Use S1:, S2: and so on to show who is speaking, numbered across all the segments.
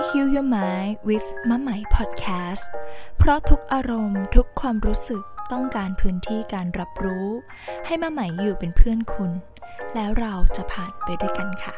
S1: Heal Your Mind with มะไหม Podcast เพราะทุกอารมณ์ทุกความรู้สึกต้องการพื้นที่การรับรู้ให้มะไหมอยู่เป็นเพื่อนคุณแล้วเราจะผ่านไปด้วยกันค่ะ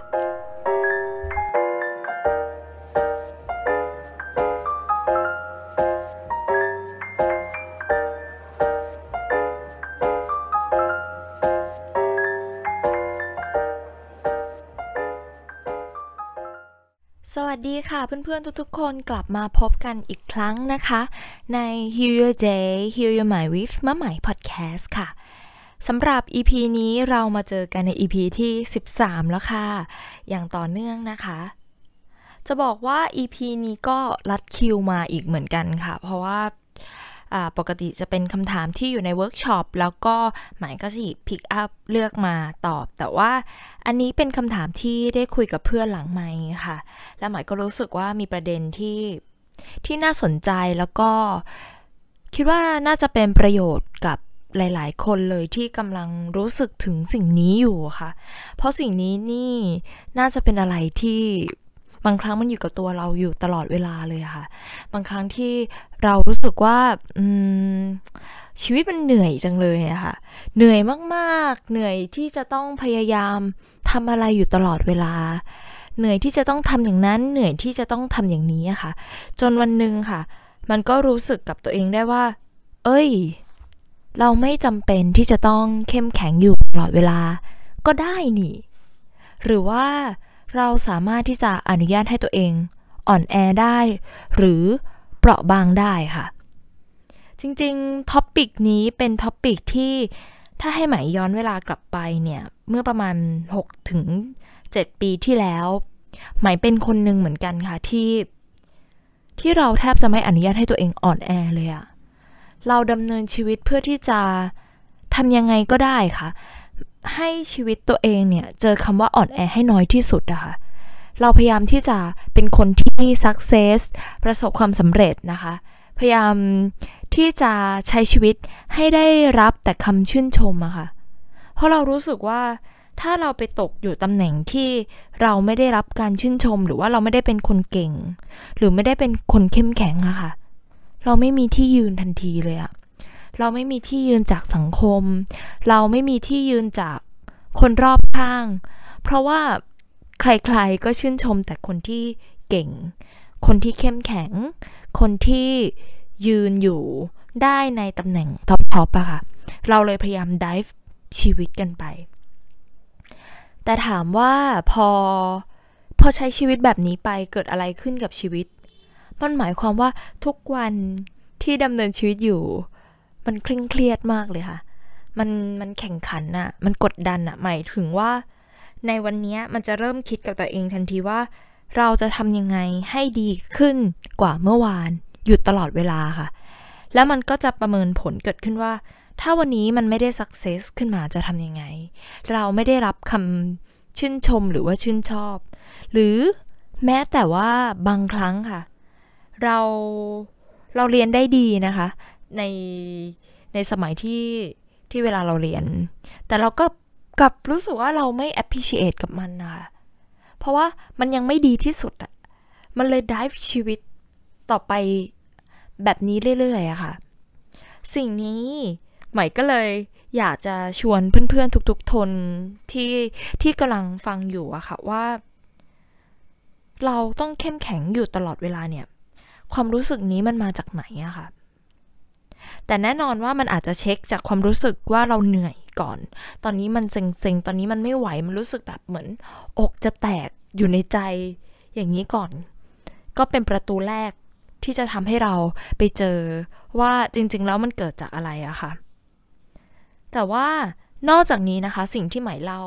S1: สวัสดีค่ะเพื่อนๆทุกๆคนกลับมาพบกันอีกครั้งนะคะใน Heal Your Day Heal Your Mind with มะไหม Podcast ค่ะสำหรับ EP นี้เรามาเจอกันใน EP ที่13แล้วค่ะอย่างต่อเนื่องนะคะจะบอกว่า EP นี้ก็รัดคิวมาอีกเหมือนกันค่ะเพราะว่าปกติจะเป็นคำถามที่อยู่ในเวิร์กช็อปแล้วก็หมายก็สิพิกอัพเลือกมาตอบแต่ว่าอันนี้เป็นคำถามที่ได้คุยกับเพื่อนหลังไมค์ค่ะแล้วหมายก็รู้สึกว่ามีประเด็นที่น่าสนใจแล้วก็คิดว่าน่าจะเป็นประโยชน์กับหลายๆคนเลยที่กำลังรู้สึกถึงสิ่งนี้อยู่ค่ะเพราะสิ่งนี้นี่น่าจะเป็นอะไรที่บางครั้งมันอยู่กับตัวเราอยู่ตลอดเวลาเลยค่ะบางครั้งที่เรารู้สึกว่าชีวิตมันเหนื่อยจังเลยอะค่ะเหนื่อยมากๆเหนื่อยที่จะต้องพยายามทำอะไรอยู่ตลอดเวลาเหนื่อยที่จะต้องทำอย่างนั้นเหนื่อยที่จะต้องทำอย่างนี้อะค่ะจนวันนึงค่ะมันก็รู้สึกกับตัวเองได้ว่าเราไม่จำเป็นที่จะต้องเข้มแข็งอยู่ตลอดเวลาก็ได้นี่หรือว่าเราสามารถที่จะอนุญาตให้ตัวเองอ่อนแอได้หรือเปราะบางได้ค่ะจริงๆท็อปิกนี้เป็นท็อปิกที่ถ้าให้ไหมย้อนเวลากลับไปเนี่ยเมื่อประมาณ 6-7 ปีที่แล้วไหมเป็นคนหนึ่งเหมือนกันค่ะที่เราแทบจะไม่อนุญาตให้ตัวเองอ่อนแอเลยอะเราดำเนินชีวิตเพื่อที่จะทำยังไงก็ได้ค่ะให้ชีวิตตัวเองเนี่ยเจอคำว่าอ่อนแอให้น้อยที่สุดอะค่ะเราพยายามที่จะเป็นคนที่ success ประสบความสำเร็จนะคะพยายามที่จะใช้ชีวิตให้ได้รับแต่คำชื่นชมอะค่ะเพราะเรารู้สึกว่าถ้าเราไปตกอยู่ตำแหน่งที่เราไม่ได้รับการชื่นชมหรือว่าเราไม่ได้เป็นคนเก่งหรือไม่ได้เป็นคนเข้มแข็งอะค่ะเราไม่มีที่ยืนทันทีเลยอะเราไม่มีที่ยืนจากสังคมเราไม่มีที่ยืนจากคนรอบข้างเพราะว่าใครๆก็ชื่นชมแต่คนที่เก่งคนที่เข้มแข็งคนที่ยืนอยู่ได้ในตำแหน่งท็อปอะค่ะเราเลยพยายามไดฟ์ชีวิตกันไปแต่ถามว่าพอใช้ชีวิตแบบนี้ไปเกิดอะไรขึ้นกับชีวิตมันหมายความว่าทุกวันที่ดำเนินชีวิตอยู่มันเคร่งเครียดมากเลยค่ะมันแข่งขันอะมันกดดันอะหมายถึงว่าในวันนี้มันจะเริ่มคิดกับตัวเองทันทีว่าเราจะทำยังไงให้ดีขึ้นกว่าเมื่อวานอยู่ตลอดเวลาค่ะแล้วมันก็จะประเมินผลเกิดขึ้นว่าถ้าวันนี้มันไม่ได้ success ขึ้นมาจะทำยังไงเราไม่ได้รับคำชื่นชมหรือว่าชื่นชอบหรือแม้แต่ว่าบางครั้งค่ะเราเรียนได้ดีนะคะในสมัยที่เวลาเราเรียนแต่เราก็กลับรู้สึกว่าเราไม่ appreciate กับมันนะคะเพราะว่ามันยังไม่ดีที่สุดอะมันเลย dive ชีวิตต่อไปแบบนี้เรื่อยๆอะค่ะสิ่งนี้ใหม่ก็เลยอยากจะชวนเพื่อนๆทุกๆทนที่กำลังฟังอยู่อะค่ะว่าเราต้องเข้มแข็งอยู่ตลอดเวลาเนี่ยความรู้สึกนี้มันมาจากไหนอะค่ะแต่แน่นอนว่ามันอาจจะเช็คจากความรู้สึกว่าเราเหนื่อยก่อนตอนนี้มันเซ็งๆตอนนี้มันไม่ไหวมันรู้สึกแบบเหมือนอกจะแตกอยู่ในใจอย่างนี้ก่อนก็เป็นประตูแรกที่จะทำให้เราไปเจอว่าจริงๆแล้วมันเกิดจากอะไรอะค่ะแต่ว่านอกจากนี้นะคะสิ่งที่หมายเล่า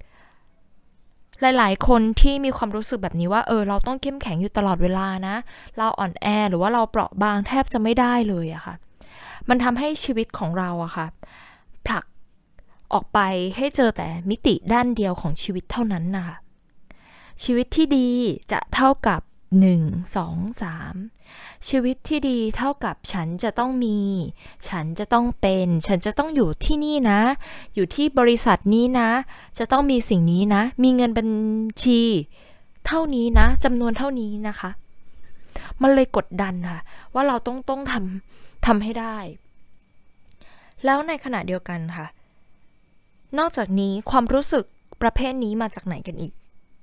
S1: หลายๆคนที่มีความรู้สึกแบบนี้ว่าเราต้องเข้มแข็งอยู่ตลอดเวลานะเราอ่อนแอหรือว่าเราเปราะบางแทบจะไม่ได้เลยอะค่ะมันทำให้ชีวิตของเราอะค่ะผลักออกไปให้เจอแต่มิติด้านเดียวของชีวิตเท่านั้นนะคะชีวิตที่ดีจะเท่ากับ1 2 3ชีวิตที่ดีเท่ากับฉันจะต้องมีฉันจะต้องเป็นฉันจะต้องอยู่ที่นี่นะอยู่ที่บริษัทนี้นะจะต้องมีสิ่งนี้นะมีเงินบัญชีเท่านี้นะจำนวนเท่านี้นะคะมันเลยกดดันค่ะว่าเราต้องทำให้ได้แล้วในขณะเดียวกันค่ะนอกจากนี้ความรู้สึกประเภทนี้มาจากไหนกันอีก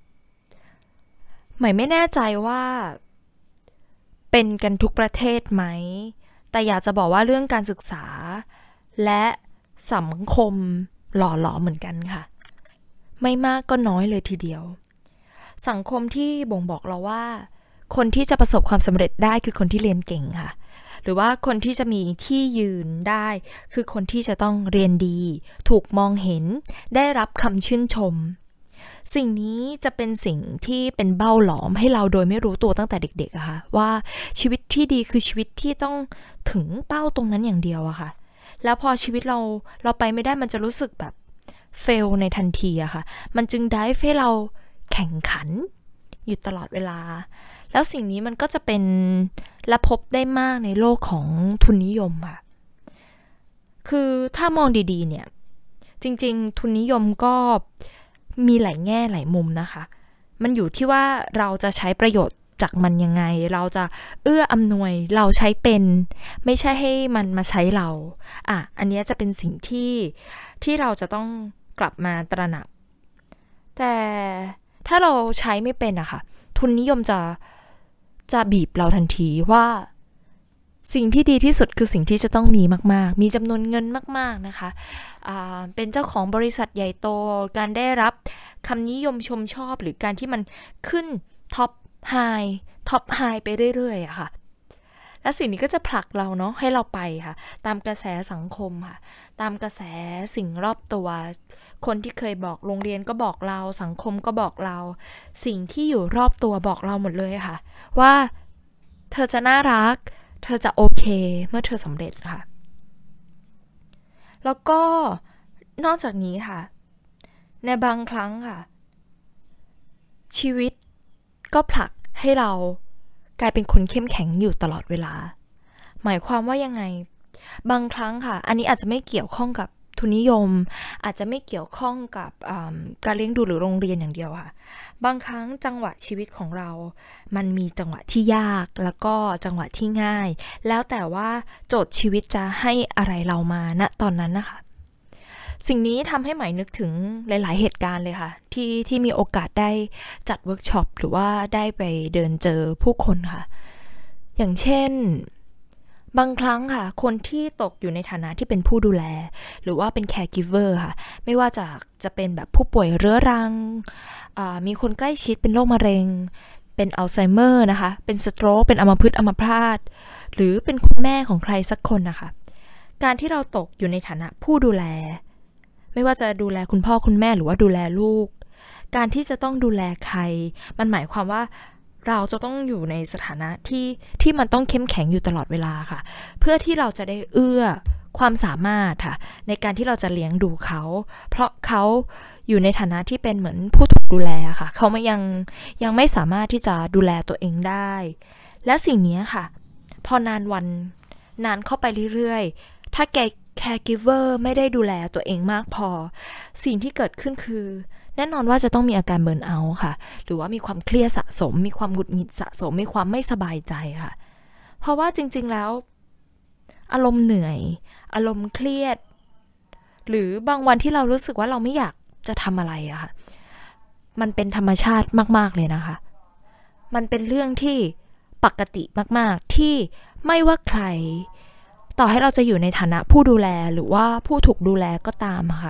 S1: หมายไม่แน่ใจว่าเป็นกันทุกประเทศไหมแต่อยากจะบอกว่าเรื่องการศึกษาและสังคมหล่อหลอมเหมือนกันค่ะไม่มากก็น้อยเลยทีเดียวสังคมที่บ่งบอกเราว่าคนที่จะประสบความสำเร็จได้คือคนที่เรียนเก่งค่ะหรือว่าคนที่จะมีที่ยืนได้คือคนที่จะต้องเรียนดีถูกมองเห็นได้รับคำชื่นชมสิ่งนี้จะเป็นสิ่งที่เป็นเบ้าหลอมให้เราโดยไม่รู้ตัวตั้งแต่เด็กๆอะค่ะว่าชีวิตที่ดีคือชีวิตที่ต้องถึงเป้าตรงนั้นอย่างเดียวอะค่ะแล้วพอชีวิตเราไปไม่ได้มันจะรู้สึกแบบเฟลในทันทีอะค่ะมันจึงไดฟ์ให้เราแข่งขันอยู่ตลอดเวลาแล้วสิ่งนี้มันก็จะเป็นและพบได้มากในโลกของทุนนิยมค่ะคือถ้ามองดีๆเนี่ยจริงๆทุนนิยมก็มีหลายแง่หลายมุมนะคะมันอยู่ที่ว่าเราจะใช้ประโยชน์จากมันยังไงเราจะเอื้ออำนวยเราใช้เป็นไม่ใช่ให้มันมาใช้เราอันนี้จะเป็นสิ่งที่เราจะต้องกลับมาตระหนักแต่ถ้าเราใช้ไม่เป็นอะค่ะทุนนิยมจะบีบเราทันทีว่าสิ่งที่ดีที่สุดคือสิ่งที่จะต้องมีมากๆมีจำนวนเงินมากๆนะคะเป็นเจ้าของบริษัทใหญ่โตการได้รับคำนิยมชมชอบหรือการที่มันขึ้นท็อปไฮไปเรื่อยๆอะค่ะและสิ่งนี้ก็จะผลักเราเนาะให้เราไปค่ะตามกระแสสังคมค่ะตามกระแสสิ่งรอบตัวคนที่เคยบอกโรงเรียนก็บอกเราสังคมก็บอกเราสิ่งที่อยู่รอบตัวบอกเราหมดเลยค่ะว่าเธอจะน่ารักเธอจะโอเคเมื่อเธอสำเร็จค่ะแล้วก็นอกจากนี้ค่ะในบางครั้งค่ะชีวิตก็ผลักให้เรากลายเป็นคนเข้มแข็งอยู่ตลอดเวลาหมายความว่ายังไงบางครั้งค่ะอันนี้อาจจะไม่เกี่ยวข้องกับทุนนิยมอาจจะไม่เกี่ยวข้องกับการเลี้ยงดูหรือโรงเรียนอย่างเดียวค่ะบางครั้งจังหวะชีวิตของเรามันมีจังหวะที่ยากแล้วก็จังหวะที่ง่ายแล้วแต่ว่าโจทย์ชีวิตจะให้อะไรเรามาณตอนนั้นนะคะสิ่งนี้ทำให้ใหม่นึกถึงหลายๆเหตุการณ์เลยค่ะที่มีโอกาสได้จัดเวิร์กช็อปหรือว่าได้ไปเดินเจอผู้คนค่ะอย่างเช่นบางครั้งค่ะคนที่ตกอยู่ในฐานะที่เป็นผู้ดูแลหรือว่าเป็น caregiver ค่ะไม่ว่าจะเป็นแบบผู้ป่วยเรื้อรังมีคนใกล้ชิดเป็นโรคมะเร็งเป็นอัลไซเมอร์นะคะเป็นสโตรกเป็นอัมพฤกษ์อัมพาตหรือเป็นคุณแม่ของใครสักคนนะคะการที่เราตกอยู่ในฐานะผู้ดูแลไม่ว่าจะดูแลคุณพ่อคุณแม่หรือว่าดูแลลูกการที่จะต้องดูแลใครมันหมายความว่าเราจะต้องอยู่ในสถานะที่มันต้องเข้มแข็งอยู่ตลอดเวลาค่ะเพื่อที่เราจะได้เอื้อความสามารถค่ะในการที่เราจะเลี้ยงดูเขาเพราะเขาอยู่ในฐานะที่เป็นเหมือนผู้ถูกดูแลค่ะเขายังไม่สามารถที่จะดูแลตัวเองได้และสิ่งนี้ค่ะพอนานเข้าไปเรื่อยๆถ้าcaregiver ไม่ได้ดูแลตัวเองมากพอสิ่งที่เกิดขึ้นคือแน่นอนว่าจะต้องมีอาการเบิร์นเอาท์ค่ะหรือว่ามีความเครียดสะสมมีความหงุดหงิดสะสมมีความไม่สบายใจค่ะเพราะว่าจริงๆแล้วอารมณ์เหนื่อยอารมณ์เครียดหรือบางวันที่เรารู้สึกว่าเราไม่อยากจะทำอะไรอะค่ะมันเป็นธรรมชาติมากๆเลยนะคะมันเป็นเรื่องที่ปกติมากๆที่ไม่ว่าใครต่อให้เราจะอยู่ในฐานะผู้ดูแลหรือว่าผู้ถูกดูแลก็ตามค่ะ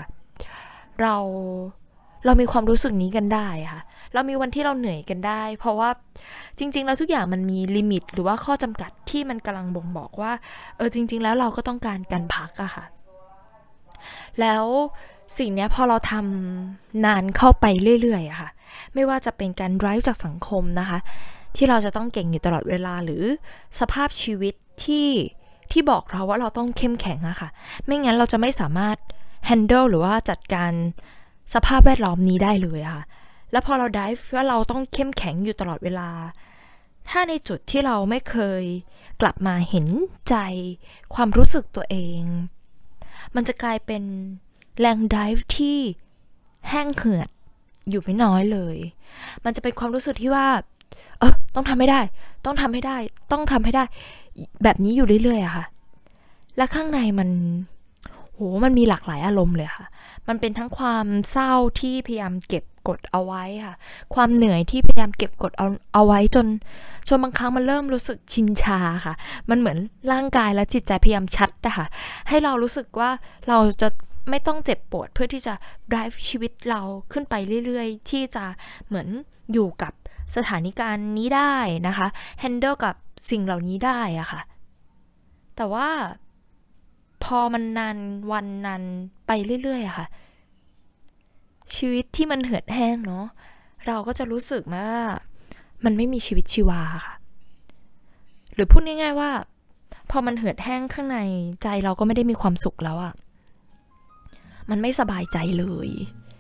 S1: เรามีความรู้สึกนี้กันได้ค่ะเรามีวันที่เราเหนื่อยกันได้เพราะว่าจริงๆแล้วทุกอย่างมันมีลิมิตหรือว่าข้อจำกัดที่มันกำลังบ่งบอกว่าจริงๆแล้วเราก็ต้องการพักอะค่ะแล้วสิ่งนี้พอเราทำนานเข้าไปเรื่อยๆอะค่ะไม่ว่าจะเป็นการ drive จากสังคมนะคะที่เราจะต้องเก่งอยู่ตลอดเวลาหรือสภาพชีวิตที่บอกเราว่าเราต้องเข้มแข็งอะค่ะไม่งั้นเราจะไม่สามารถ handle หรือว่าจัดการสภาพแวดล้อมนี้ได้เลยค่ะแล้วพอเรา dive ว่าเราต้องเข้มแข็งอยู่ตลอดเวลาถ้าในจุดที่เราไม่เคยกลับมาเห็นใจความรู้สึกตัวเองมันจะกลายเป็นแรง dive ที่แห้งเหือดอยู่ไม่น้อยเลยมันจะเป็นความรู้สึกที่ว่าต้องทำให้ได้ต้องทำให้ได้ต้องทำให้ได้แบบนี้อยู่เรื่อยๆอะค่ะและข้างในมันมีหลากหลายอารมณ์เลยค่ะมันเป็นทั้งความเศร้าที่พยายามเก็บกดเอาไว้ค่ะความเหนื่อยที่พยายามเก็บกดเอาไว้จนบางครั้งมันเริ่มรู้สึกชินชาค่ะมันเหมือนร่างกายและจิตใจพยายามชัดอะค่ะให้เรารู้สึกว่าเราจะไม่ต้องเจ็บปวดเพื่อที่จะ drive ชีวิตเราขึ้นไปเรื่อยๆที่จะเหมือนอยู่กับสถานการณ์นี้ได้นะคะ handle กับสิ่งเหล่านี้ได้อะค่ะแต่ว่าพอมันนานวันนานไปเรื่อยๆอะค่ะชีวิตที่มันเหือดแห้งเนาะเราก็จะรู้สึกว่ามันไม่มีชีวิตชีวาค่ะหรือพูดง่ายๆว่าพอมันเหือดแห้งข้างในใจเราก็ไม่ได้มีความสุขแล้วอะมันไม่สบายใจเลย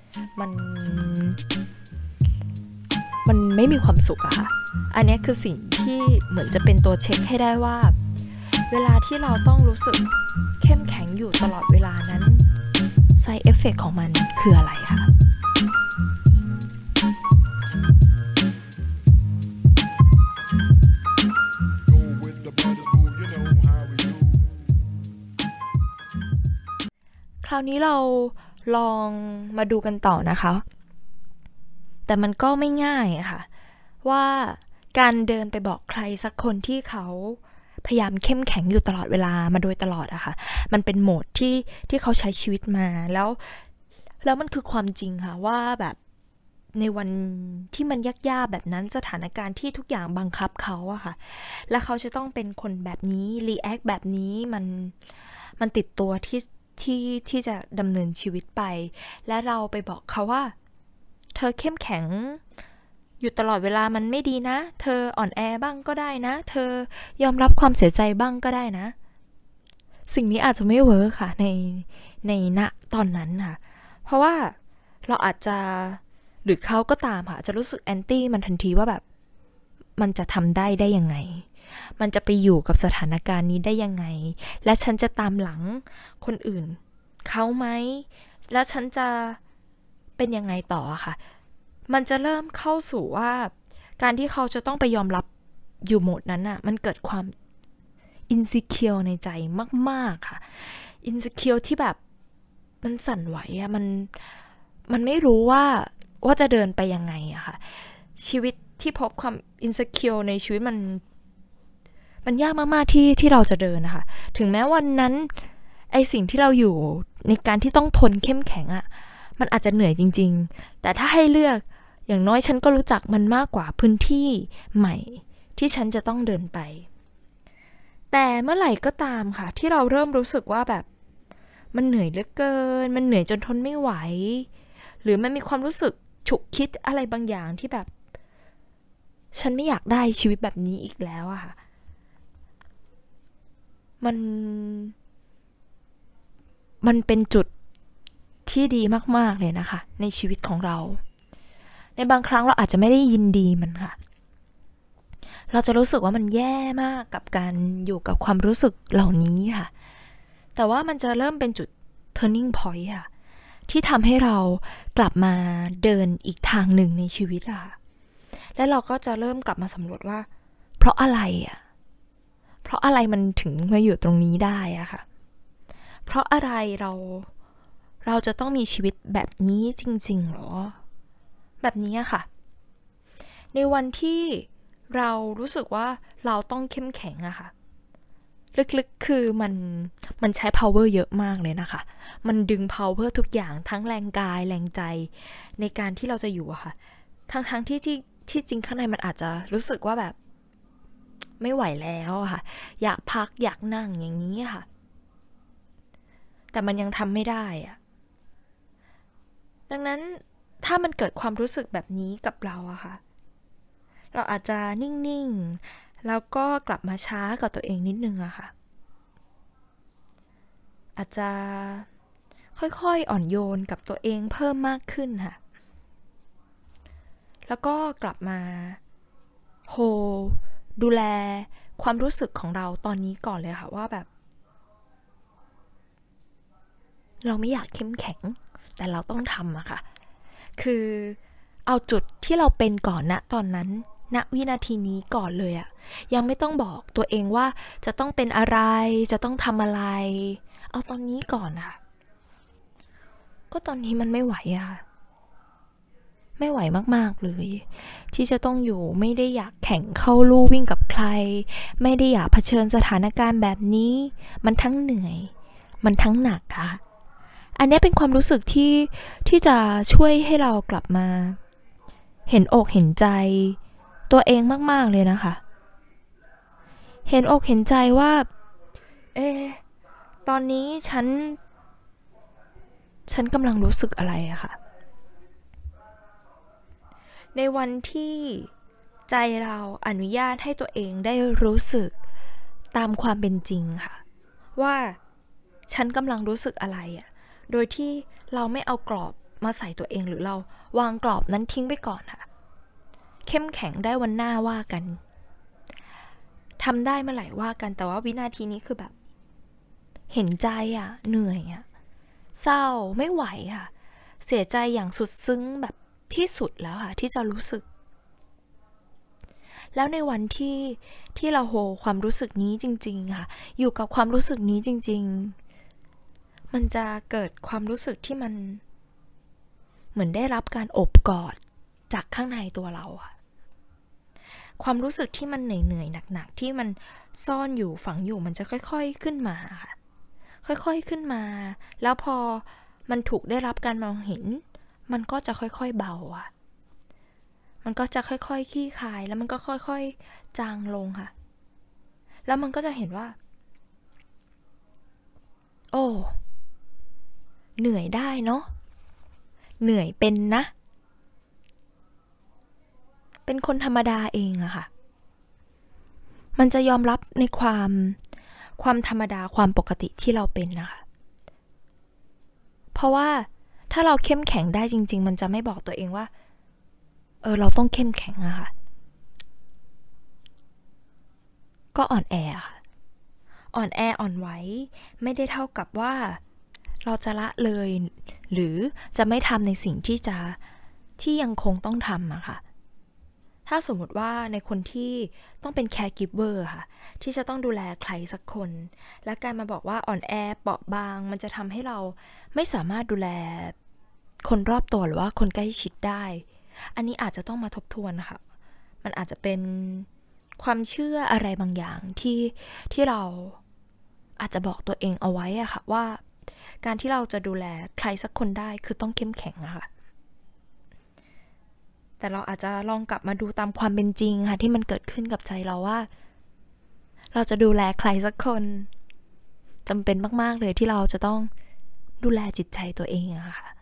S1: มันไม่มีความสุขอะค่ะอันนี้คือสิ่งที่เหมือนจะเป็นตัวเช็คให้ได้ว่าเวลาที่เราต้องรู้สึกเข้มแข็งอยู่ตลอดเวลานั้น side effect ของมันคืออะไรคะคราวนี้เราลองมาดูกันต่อนะคะแต่มันก็ไม่ง่ายอะค่ะว่าการเดินไปบอกใครสักคนที่เขาพยายามเข้มแข็งอยู่ตลอดเวลามาโดยตลอดอะค่ะมันเป็นโหมดที่เขาใช้ชีวิตมาแล้วมันคือความจริงค่ะว่าแบบในวันที่มันยากๆแบบนั้นสถานการณ์ที่ทุกอย่างบังคับเขาอะค่ะแล้วเขาจะต้องเป็นคนแบบนี้รีแอคแบบนี้มันติดตัวที่จะดำเนินชีวิตไปและเราไปบอกเขาว่าเธอเข้มแข็งอยู่ตลอดเวลามันไม่ดีนะเธออ่อนแอบ้างก็ได้นะเธอยอมรับความเสียใจบ้างก็ได้นะสิ่งนี้อาจจะไม่เวิร์คค่ะในณตอนนั้นค่ะเพราะว่าเราอาจจะหรือเขาก็ตามค่ะจะรู้สึกแอนตี้มันทันทีว่าแบบมันจะทำได้ยังไงมันจะไปอยู่กับสถานการณ์นี้ได้ยังไงและฉันจะตามหลังคนอื่นเขาไหมแล้วฉันจะเป็นยังไงต่อค่ะมันจะเริ่มเข้าสู่ว่าการที่เขาจะต้องไปยอมรับอยู่โหมดนั้นน่ะมันเกิดความ insecure ในใจมากๆค่ะ insecure ที่แบบมันสั่นไหวอะมันไม่รู้ว่าจะเดินไปยังไงอะค่ะชีวิตที่พบความ insecure ในชีวิตมันยากมากๆที่เราจะเดินนะคะถึงแม้วันนั้นไอสิ่งที่เราอยู่ในการที่ต้องทนเข้มแข็งอะมันอาจจะเหนื่อยจริงๆแต่ถ้าให้เลือกอย่างน้อยฉันก็รู้จักมันมากกว่าพื้นที่ใหม่ที่ฉันจะต้องเดินไปแต่เมื่อไหร่ก็ตามค่ะที่เราเริ่มรู้สึกว่าแบบมันเหนื่อยเหลือเกินมันเหนื่อยจนทนไม่ไหวหรือมันมีความรู้สึกฉุกคิดอะไรบางอย่างที่แบบฉันไม่อยากได้ชีวิตแบบนี้อีกแล้วอะค่ะมันเป็นจุดที่ดีมากๆเลยนะคะในชีวิตของเราในบางครั้งเราอาจจะไม่ได้ยินดีมันค่ะเราจะรู้สึกว่ามันแย่มากกับการอยู่กับความรู้สึกเหล่านี้ค่ะแต่ว่ามันจะเริ่มเป็นจุด turning point ค่ะที่ทำให้เรากลับมาเดินอีกทางหนึ่งในชีวิตค่ะและเราก็จะเริ่มกลับมาสำรวจว่าเพราะอะไรมันถึงมาอยู่ตรงนี้ได้อะค่ะเพราะอะไรเราจะต้องมีชีวิตแบบนี้จริงๆหรอแบบนี้อะค่ะในวันที่เรารู้สึกว่าเราต้องเข้มแข็งอะค่ะลึกๆคือมันใช้ power เยอะมากเลยนะคะมันดึง power ทุกอย่างทั้งแรงกายแรงใจในการที่เราจะอยู่อะค่ะทั้งที่จริงข้างในมันอาจจะรู้สึกว่าแบบไม่ไหวแล้วอะค่ะอยากพักอยากนั่งอย่างนี้ค่ะแต่มันยังทำไม่ได้อะดังนั้นถ้ามันเกิดความรู้สึกแบบนี้กับเราอะค่ะเราอาจจะนิ่งๆแล้วก็กลับมาช้ากับตัวเองนิดนึงอะค่ะอาจจะค่อยๆอ่อนโยนกับตัวเองเพิ่มมากขึ้นค่ะแล้วก็กลับมาโฮดูแลความรู้สึกของเราตอนนี้ก่อนเลยค่ะว่าแบบเราไม่อยากเข้มแข็งแต่เราต้องทำอะค่ะคือเอาจุดที่เราเป็นก่อนนะตอนนั้นณวินาทีนี้ก่อนเลยอะยังไม่ต้องบอกตัวเองว่าจะต้องเป็นอะไรจะต้องทำอะไรเอาตอนนี้ก่อนอะก็ตอนนี้มันไม่ไหวอะไม่ไหวมากๆเลยที่จะต้องอยู่ไม่ได้อยากแข่งเข้าลู่วิ่งกับใครไม่ได้อยากเผชิญสถานการณ์แบบนี้มันทั้งเหนื่อยมันทั้งหนักค่ะอันนี้เป็นความรู้สึกที่จะช่วยให้เรากลับมาเห็นอกเห็นใจตัวเองมากๆเลยนะคะเห็นอกเห็นใจว่าตอนนี้ฉันกำลังรู้สึกอะไรอะค่ะในวันที่ใจเราอนุญาตให้ตัวเองได้รู้สึกตามความเป็นจริงค่ะว่าฉันกำลังรู้สึกอะไรอะโดยที่เราไม่เอากรอบมาใส่ตัวเองหรือเราวางกรอบนั้นทิ้งไปก่อนค่ะเข้มแข็งได้วันหน้าว่ากันทำได้เมื่อไหร่ว่ากันแต่ว่าวินาทีนี้คือแบบเห็นใจอะเหนื่อยอะเศร้าไม่ไหวค่ะเสียใจอย่างสุดซึ้งแบบที่สุดแล้วค่ะที่จะรู้สึกแล้วในวันที่เราโฮความรู้สึกนี้จริงๆค่ะอยู่กับความรู้สึกนี้จริงๆมันจะเกิดความรู้สึกที่มันเหมือนได้รับการโอบกอดจากข้างในตัวเราค่ะความรู้สึกที่มันเหนื่อยๆหนักๆที่มันซ่อนอยู่ฝังอยู่มันจะค่อยๆขึ้นมาค่ะค่อยๆขึ้นมาแล้วพอมันถูกได้รับการมองเห็นมันก็จะค่อยๆเบาอ่ะมันก็จะค่อยๆคลี่คลายแล้วมันก็ค่อยๆจางลงค่ะแล้วมันก็จะเห็นว่าโอ้เหนื่อยได้เนาะเหนื่อยเป็นนะเป็นคนธรรมดาเองอะค่ะมันจะยอมรับในความธรรมดาความปกติที่เราเป็นนะคะเพราะว่าถ้าเราเข้มแข็งได้จริงๆมันจะไม่บอกตัวเองว่าเราต้องเข้มแข็งอะค่ะก็อ่อนแอค่ะอ่อนแออ่อนไหวไม่ได้เท่ากับว่าเราจะละเลยหรือจะไม่ทำในสิ่งที่ยังคงต้องทำอะค่ะถ้าสมมติว่าในคนที่ต้องเป็น caregiver ค่ะที่จะต้องดูแลใครสักคนและการมาบอกว่าอ่อนแอเปราะบางมันจะทำให้เราไม่สามารถดูแลคนรอบตัวหรือว่าคนใกล้ชิดได้อันนี้อาจจะต้องมาทบทวนค่ะมันอาจจะเป็นความเชื่ออะไรบางอย่างที่เราอาจจะบอกตัวเองเอาไว้อะค่ะว่าการที่เราจะดูแลใครสักคนได้คือต้องเข้มแข็งอะค่ะแต่เราอาจจะลองกลับมาดูตามความเป็นจริงค่ะที่มันเกิดขึ้นกับใจเราว่าเราจะดูแลใครสักคนจำเป็นมากๆเลยที่เราจะต้องดูแลจิตใจตัวเองอะค่ะ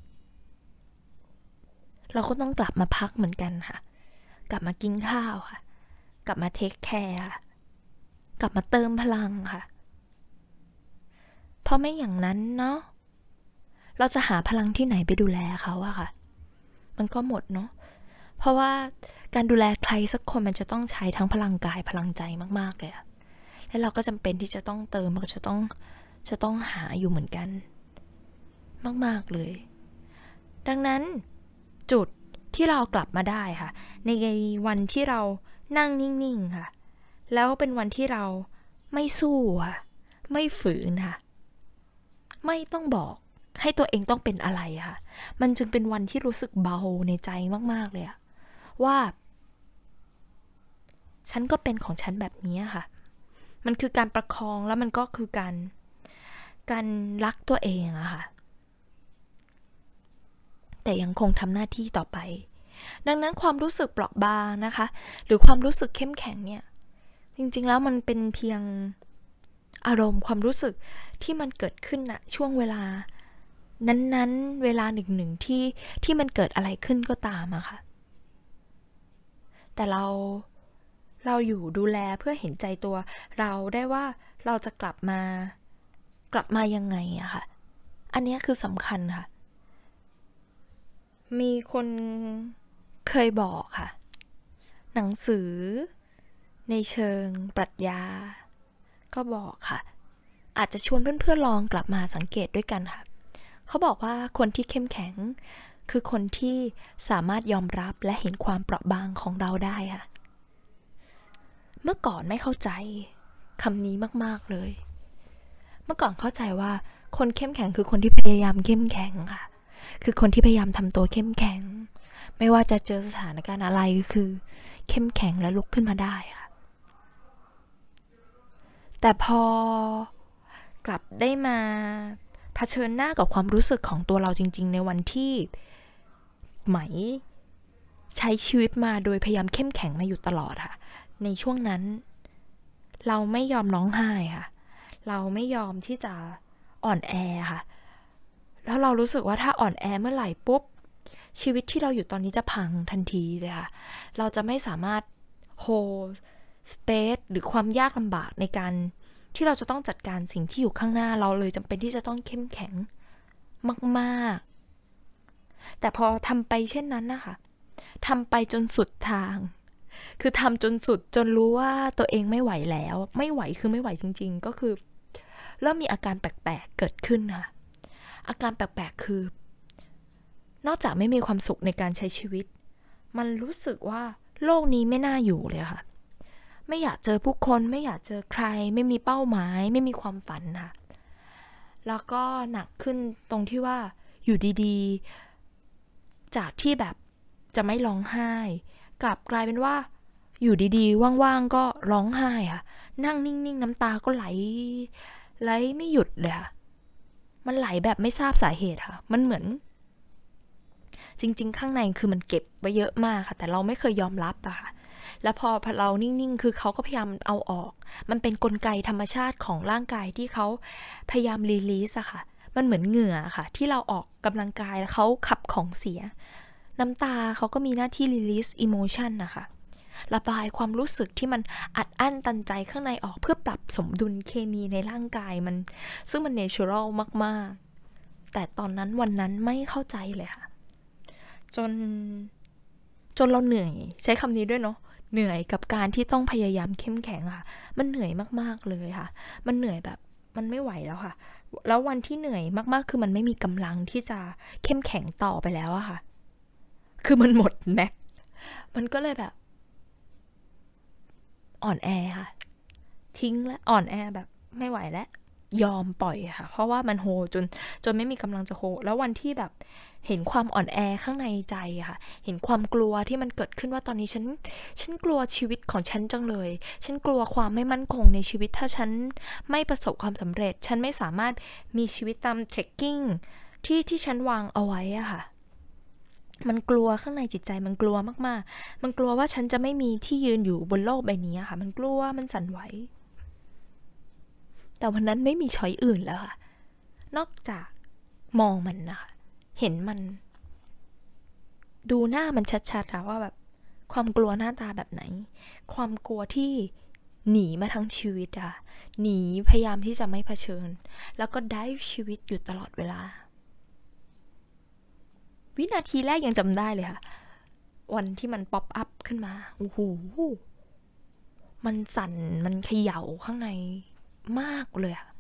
S1: เราก็ต้องกลับมาพักเหมือนกันค่ะกลับมากินข้าวค่ะกลับมาเทคแคร์ค่ะกลับมาเติมพลังค่ะเพราะไม่อย่างนั้นเนาะเราจะหาพลังที่ไหนไปดูแลเขาอะค่ะมันก็หมดเนาะเพราะว่าการดูแลใครสักคนมันจะต้องใช้ทั้งพลังกายพลังใจมากๆเลยอะและเราก็จำเป็นที่จะต้องเติมมันก็จะต้องหาอยู่เหมือนกันมากๆเลยดังนั้นจุดที่เรากลับมาได้ค่ะในวันที่เรานั่งนิ่งๆค่ะแล้วเป็นวันที่เราไม่สู้ค่ะไม่ฝืนค่ะไม่ต้องบอกให้ตัวเองต้องเป็นอะไรค่ะมันจึงเป็นวันที่รู้สึกเบาในใจมากๆเลยอะว่าฉันก็เป็นของฉันแบบนี้ค่ะมันคือการประคองแล้วมันก็คือการรักตัวเองอะค่ะแต่ยังคงทำหน้าที่ต่อไปดังนั้นความรู้สึกเปราะบางนะคะหรือความรู้สึกเข้มแข็งเนี่ยจริงๆแล้วมันเป็นเพียงอารมณ์ความรู้สึกที่มันเกิดขึ้นณช่วงเวลานั้นๆเวลาหนึ่งที่มันเกิดอะไรขึ้นก็ตามอะค่ะแต่เราอยู่ดูแลเพื่อเห็นใจตัวเราได้ว่าเราจะกลับมายังไงอะค่ะอันนี้คือสำคัญค่ะมีคนเคยบอกค่ะหนังสือในเชิงปรัชญาก็บอกค่ะอาจจะชวนเพื่อนๆลองกลับมาสังเกตด้วยกันค่ะเขาบอกว่าคนที่เข้มแข็งคือคนที่สามารถยอมรับและเห็นความเปราะบางของเราได้ค่ะเมื่อก่อนไม่เข้าใจคำนี้มากๆเลยเมื่อก่อนเข้าใจว่าคนเข้มแข็งคือคนที่พยายามเข้มแข็งค่ะคือคนที่พยายามทำตัวเข้มแข็งไม่ว่าจะเจอสถานการณ์อะไรคือเข้มแข็งและลุกขึ้นมาได้ค่ะแต่พอกลับได้มาเผชิญหน้ากับความรู้สึกของตัวเราจริงๆในวันที่ไหมใช้ชีวิตมาโดยพยายามเข้มแข็งมาอยู่ตลอดค่ะในช่วงนั้นเราไม่ยอมร้องไห้ค่ะเราไม่ยอมที่จะอ่อนแอค่ะแล้วเรารู้สึกว่าถ้าอ่อนแอเมื่อไหร่ปุ๊บชีวิตที่เราอยู่ตอนนี้จะพังทันทีเลยค่ะเราจะไม่สามารถ hold space หรือความยากลำบากในการที่เราจะต้องจัดการสิ่งที่อยู่ข้างหน้าเราเลยจำเป็นที่จะต้องเข้มแข็งมากๆแต่พอทำไปเช่นนั้นนะคะทำไปจนสุดทางคือทำจนสุดจนรู้ว่าตัวเองไม่ไหวแล้วไม่ไหวคือไม่ไหวจริงๆก็คือเริ่มมีอาการแปลกๆเกิดขึ้นค่ะอาการแปลกๆคือนอกจากไม่มีความสุขในการใช้ชีวิตมันรู้สึกว่าโลกนี้ไม่น่าอยู่เลยค่ะไม่อยากเจอผู้คนไม่อยากเจอใครไม่มีเป้าหมายไม่มีความฝันค่ะแล้วก็หนักขึ้นตรงที่ว่าอยู่ดีๆจากที่แบบจะไม่ร้องไห้กลับกลายเป็นว่าอยู่ดีๆว่างๆก็ร้องไห้ค่ะนั่งนิ่งๆน้ำตาก็ไหลไม่หยุดเลยค่ะมันไหลแบบไม่ทราบสาเหตุค่ะมันเหมือนจริงๆข้างในคือมันเก็บไว้เยอะมากค่ะแต่เราไม่เคยยอมรับอะค่ะแล้วพอเรานิ่งๆคือเขาก็พยายามเอาออกมันเป็นกลไกธรรมชาติของร่างกายที่เขาพยายามรีลีสอะค่ะมันเหมือนเหงื่อค่ะที่เราออกกำลังกายแล้วเขาขับของเสียน้ำตาเขาก็มีหน้าที่รีลีสอิโมชันนะคะระบายความรู้สึกที่มันอัดอั้นตันใจข้างในออกเพื่อปรับสมดุลเคมีในร่างกายมันซึ่งมันเนเชอรัลมากๆแต่ตอนนั้นวันนั้นไม่เข้าใจเลยค่ะจนเราเหนื่อยใช้คำนี้ด้วยเนาะเหนื่อยกับการที่ต้องพยายามเข้มแข็งค่ะมันเหนื่อยมากๆเลยค่ะมันเหนื่อยแบบมันไม่ไหวแล้วค่ะแล้ววันที่เหนื่อยมากๆคือมันไม่มีกำลังที่จะเข้มแข็งต่อไปแล้วอะค่ะคือมันหมดแม็กมันก็เลยแบบอ่อนแอค่ะทิ้งและอ่อนแอแบบไม่ไหวแล้วยอมปล่อยค่ะเพราะว่ามันโฮจนไม่มีกำลังจะโฮแล้ววันที่แบบเห็นความอ่อนแอข้างในใจค่ะเห็นความกลัวที่มันเกิดขึ้นว่าตอนนี้ฉันกลัวชีวิตของฉันจังเลยฉันกลัวความไม่มั่นคงในชีวิตถ้าฉันไม่ประสบความสำเร็จฉันไม่สามารถมีชีวิตตามเทรคกิ้งที่ฉันวางเอาไว้อะค่ะมันกลัวข้างในจิตใจมันกลัวมากๆมันกลัวว่าฉันจะไม่มีที่ยืนอยู่บนโลกใบนี้ค่ะมันกลัวมันสั่นไหวแต่วันนั้นไม่มีช้อยอื่นแล้วค่ะนอกจากมองมันนะคะเห็นมันดูหน้ามันชัดๆค่ะว่าแบบความกลัวหน้าตาแบบไหนความกลัวที่หนีมาทั้งชีวิตอะหนีพยายามที่จะไม่เผชิญแล้วก็ได้ชีวิตอยู่ตลอดเวลาวินาทีแรกยังจำได้เลยค่ะวันที่มันป๊อปอัพขึ้นมาโอ้โหมันสั่นมันเขย่าข้างในมากเลยอะ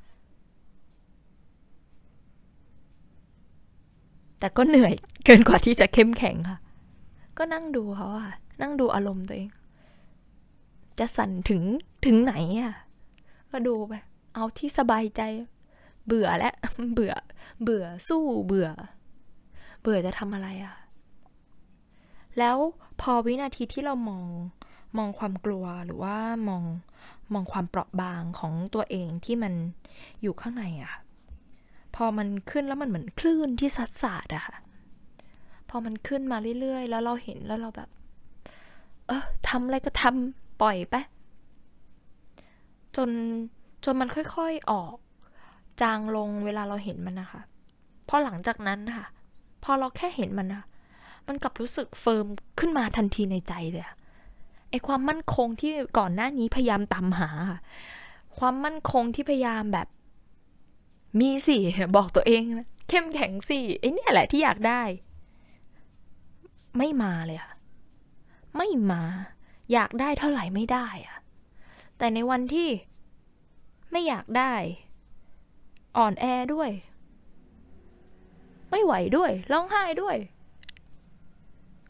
S1: แต่ก็เหนื่อยเกินกว่าที่จะเข้มแข็งค่ะก็นั่งดูเขาค่ะนั่งดูอารมณ์ตัวเองจะสั่นถึงไหนอะก็ดูไปเอาที่สบายใจเบื่อแล้วเบื่อสู้เบื่อจะทำอะไรอะแล้วพอวินาทีที่เรามองความกลัวหรือว่ามองความเปราะบางของตัวเองที่มันอยู่ข้างในอะค่ะพอมันขึ้นแล้วมันเหมือนคลื่นที่ซัดสาดอะค่ะพอมันขึ้นมาเรื่อยๆแล้วเราเห็นแล้วเราแบบทำอะไรก็ทำปล่อยไปจนมันค่อยๆออกจางลงเวลาเราเห็นมันนะคะพอหลังจากนั้นค่ะพอเราแค่เห็นมันนะมันกลับรู้สึกเฟิร์มขึ้นมาทันทีในใจเลยไอ้ความมั่นคงที่ก่อนหน้านี้พยายามตามหาความมั่นคงที่พยายามแบบมีสิบอกตัวเองนะเข้มแข็งสิไอ้เนี่ยแหละที่อยากได้ไม่มาเลยค่ะไม่มาอยากได้เท่าไหร่ไม่ได้อะแต่ในวันที่ไม่อยากได้อ่อนแอด้วยไม่ไหวด้วยร้องไห้ด้วย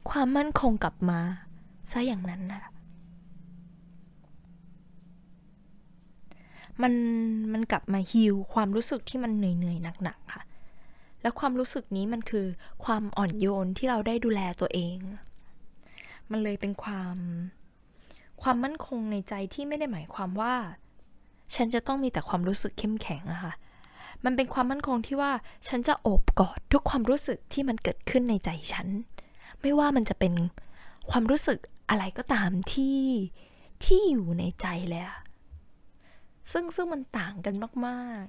S1: ความมั่นคงกลับมาซะอย่างนั้นค่ะมันกลับมาฮีลความรู้สึกที่มันเหนื่อยๆหนักๆค่ะแล้วความรู้สึกนี้มันคือความอ่อนโยนที่เราได้ดูแลตัวเองมันเลยเป็นความมั่นคงในใจที่ไม่ได้หมายความว่าฉันจะต้องมีแต่ความรู้สึกเข้มแข็งอะค่ะมันเป็นความมั่นคงที่ว่าฉันจะโอบกอดทุกความรู้สึกที่มันเกิดขึ้นในใจฉันไม่ว่ามันจะเป็นความรู้สึกอะไรก็ตามที่อยู่ในใจเลยอะซึ่งมันต่างกันมาก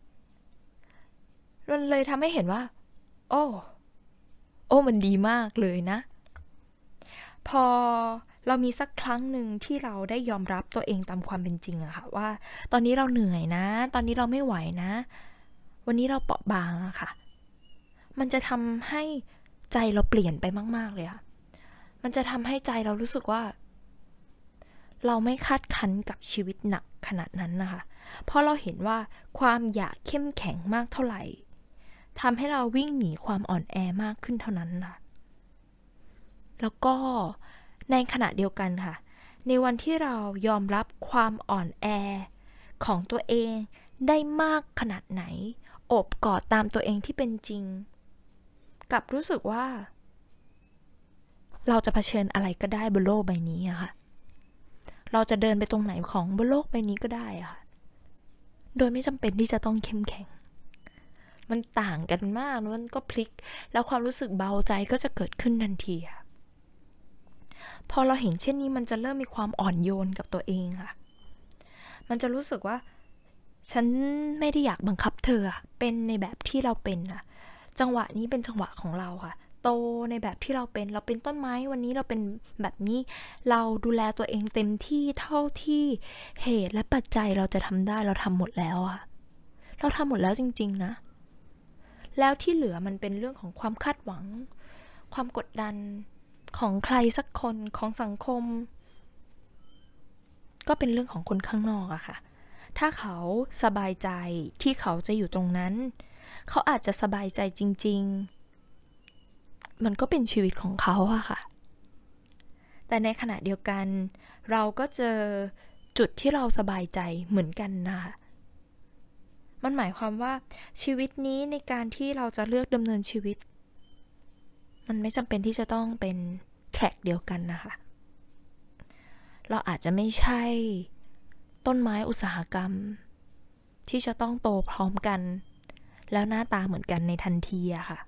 S1: ๆมันเลยทำให้เห็นว่าโอ้มันดีมากเลยนะพอเรามีสักครั้งหนึ่งที่เราได้ยอมรับตัวเองตามความเป็นจริงอะค่ะว่าตอนนี้เราเหนื่อยนะตอนนี้เราไม่ไหวนะวันนี้เราเปราะบางอะค่ะมันจะทำให้ใจเราเปลี่ยนไปมากๆเลยอะมันจะทำให้ใจเรารู้สึกว่าเราไม่คาดคั้นกับชีวิตหนักขนาดนั้นนะคะเพราะเราเห็นว่าความอยากเข้มแข็งมากเท่าไหร่ทำให้เราวิ่งหนีความอ่อนแอมากขึ้นเท่านั้นนะแล้วก็ในขณะเดียวกันค่ะในวันที่เรายอมรับความอ่อนแอของตัวเองได้มากขนาดไหนโอบกอดตามตัวเองที่เป็นจริงกับรู้สึกว่าเราจะเผชิญอะไรก็ได้บนโลกใบนี้อะค่ะเราจะเดินไปตรงไหนของบนโลกใบนี้ก็ได้อะค่ะโดยไม่จำเป็นที่จะต้องเข้มแข็งมันต่างกันมากมันก็พลิกแล้วความรู้สึกเบาใจก็จะเกิดขึ้นทันทีค่ะพอเราเห็นเช่นนี้มันจะเริ่มมีความอ่อนโยนกับตัวเองค่ะมันจะรู้สึกว่าฉันไม่ได้อยากบังคับเธอเป็นในแบบที่เราเป็นอะจังหวะนี้เป็นจังหวะของเราค่ะโตในแบบที่เราเป็นต้นไม้วันนี้เราเป็นแบบนี้เราดูแลตัวเองเต็มที่เท่าที่เหตุและปัจจัยเราจะทำได้เราทำหมดแล้วอะเราทำหมดแล้วจริงๆนะแล้วที่เหลือมันเป็นเรื่องของความคาดหวังความกดดันของใครสักคนของสังคมก็เป็นเรื่องของคนข้างนอกอะค่ะถ้าเขาสบายใจที่เขาจะอยู่ตรงนั้นเขาอาจจะสบายใจจริงๆมันก็เป็นชีวิตของเขาอะค่ะแต่ในขณะเดียวกันเราก็เจอจุดที่เราสบายใจเหมือนกันนะคะมันหมายความว่าชีวิตนี้ในการที่เราจะเลือกดำเนินชีวิตมันไม่จำเป็นที่จะต้องเป็นแทร็กเดียวกันนะคะเราอาจจะไม่ใช่ต้นไม้อุตสาหกรรมที่จะต้องโตพร้อมกันแล้วหน้าตาเหมือนกันในทันทีอะค่ะ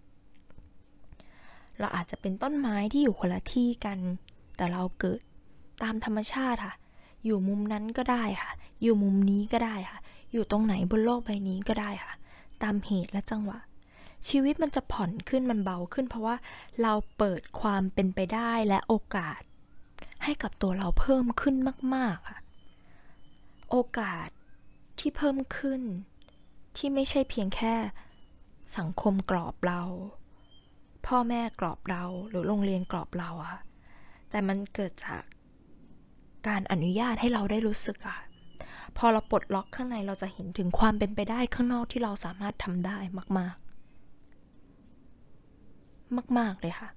S1: เราอาจจะเป็นต้นไม้ที่อยู่คนละที่กันแต่เราเกิดตามธรรมชาติค่ะอยู่มุมนั้นก็ได้ค่ะอยู่มุมนี้ก็ได้ค่ะอยู่ตรงไหนบนโลกใบนี้ก็ได้ค่ะตามเหตุและจังหวะชีวิตมันจะผ่อนขึ้นมันเบาขึ้นเพราะว่าเราเปิดความเป็นไปได้และโอกาสให้กับตัวเราเพิ่มขึ้นมากๆค่ะโอกาสที่เพิ่มขึ้นที่ไม่ใช่เพียงแค่สังคมกรอบเราพ่อแม่กรอบเราหรือโรงเรียนกรอบเราอะแต่มันเกิดจากการอนุญาตให้เราได้รู้สึกอะพอเราปลดล็อกข้างในเราจะเห็นถึงความเป็นไปได้ข้างนอกที่เราสามารถทำได้มากๆเลยค่ะ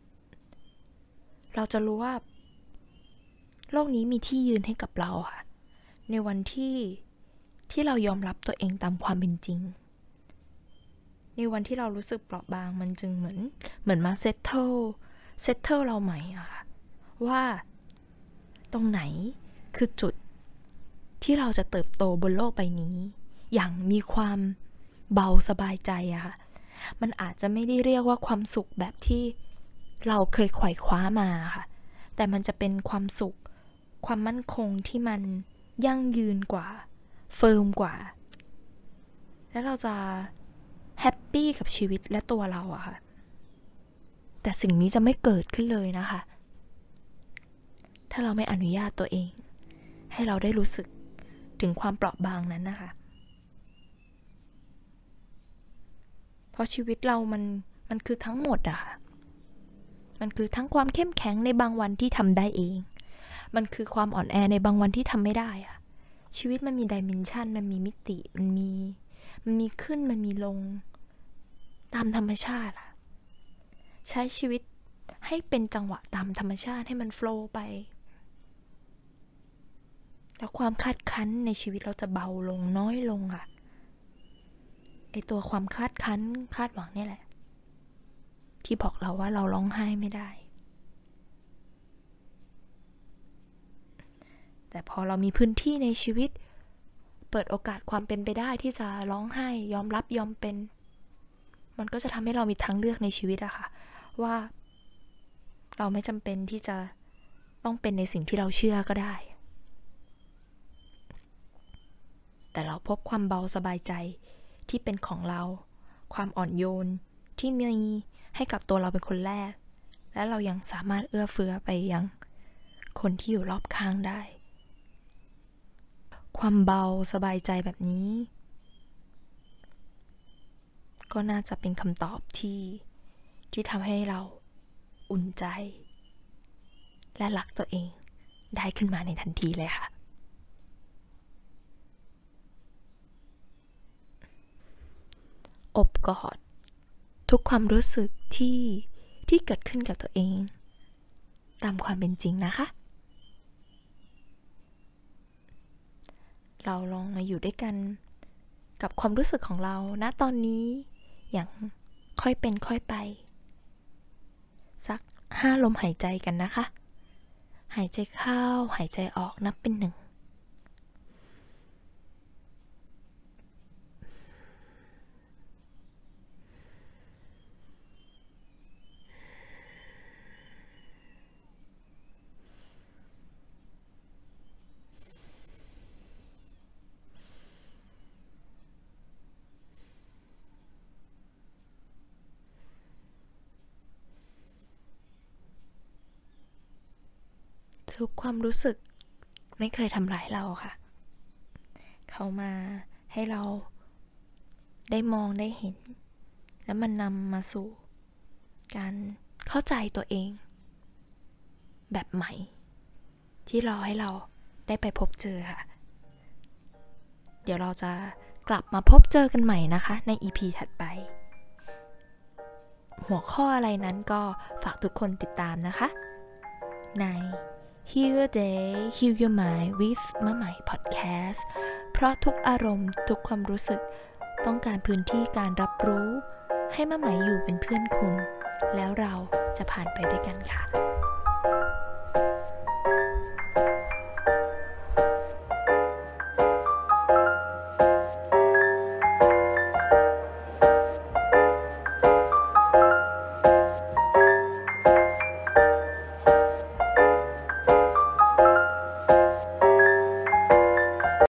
S1: เราจะรู้ว่าโลกนี้มีที่ยืนให้กับเราค่ะในวันที่เรายอมรับตัวเองตามความเป็นจริงในวันที่เรารู้สึกเปราะบางมันจึงเหมือนมาเซตเทิลเราใหม่อะค่ะว่าตรงไหนคือจุดที่เราจะเติบโตบนโลกใบนี้อย่างมีความเบาสบายใจอะค่ะมันอาจจะไม่ได้เรียกว่าความสุขแบบที่เราเคยไขว่คว้ามาค่ะแต่มันจะเป็นความสุขความมั่นคงที่มันยั่งยืนกว่าเฟิร์มกว่าแล้วเราจะแฮปปี้กับชีวิตและตัวเราอะค่ะแต่สิ่งนี้จะไม่เกิดขึ้นเลยนะคะถ้าเราไม่อนุญาตตัวเองให้เราได้รู้สึกถึงความเปราะบางนั้นนะคะเพราะชีวิตเรามันคือทั้งหมดอะค่ะมันคือทั้งความเข้มแข็งในบางวันที่ทำได้เองมันคือความอ่อนแอในบางวันที่ทำไม่ได้อะชีวิตมันมีดิเมนชันมันมีมิติมันมีขึ้นมันมีลงตามธรรมชาติอะใช้ชีวิตให้เป็นจังหวะตามธรรมชาติให้มันโฟลว์ไปแล้วความคาดคั้นในชีวิตเราจะเบาลงน้อยลงค่ะไอตัวความคาดคั้นคาดหวังนี่แหละที่บอกเราว่าเราร้องไห้ไม่ได้แต่พอเรามีพื้นที่ในชีวิตเปิดโอกาสความเป็นไปได้ที่จะร้องไห้ยอมรับยอมเป็นมันก็จะทำให้เรามีทางเลือกในชีวิตอะค่ะว่าเราไม่จำเป็นที่จะต้องเป็นในสิ่งที่เราเชื่อก็ได้แต่เราพบความเบาสบายใจที่เป็นของเราความอ่อนโยนที่มีให้กับตัวเราเป็นคนแรกและเรายังสามารถเอื้อเฟื้อไปยังคนที่อยู่รอบข้างได้ความเบาสบายใจแบบนี้ก็น่าจะเป็นคำตอบที่ทำให้เราอุ่นใจและรักตัวเองได้ขึ้นมาในทันทีเลยค่ะอบกอดทุกความรู้สึกที่เกิดขึ้นกับตัวเองตามความเป็นจริงนะคะเราลองมาอยู่ด้วยกันกับความรู้สึกของเราณตอนนี้อย่างค่อยเป็นค่อยไปสัก5 ลมหายใจกันนะคะหายใจเข้าหายใจออกนับเป็น1ทุกความรู้สึกไม่เคยทำร้ายเราค่ะเขามาให้เราได้มองได้เห็นแล้วมันนำมาสู่การเข้าใจตัวเองแบบใหม่ที่รอให้เราได้ไปพบเจอค่ะเดี๋ยวเราจะกลับมาพบเจอกันใหม่นะคะใน EP ถัดไปหัวข้ออะไรนั้นก็ฝากทุกคนติดตามนะคะใน Heal Your Day Heal Your Mind with มะไหม Podcast เพราะทุกอารมณ์ทุกความรู้สึกต้องการพื้นที่การรับรู้ให้มะไหมอยู่เป็นเพื่อนคุณแล้วเราจะผ่านไปด้วยกันค่ะ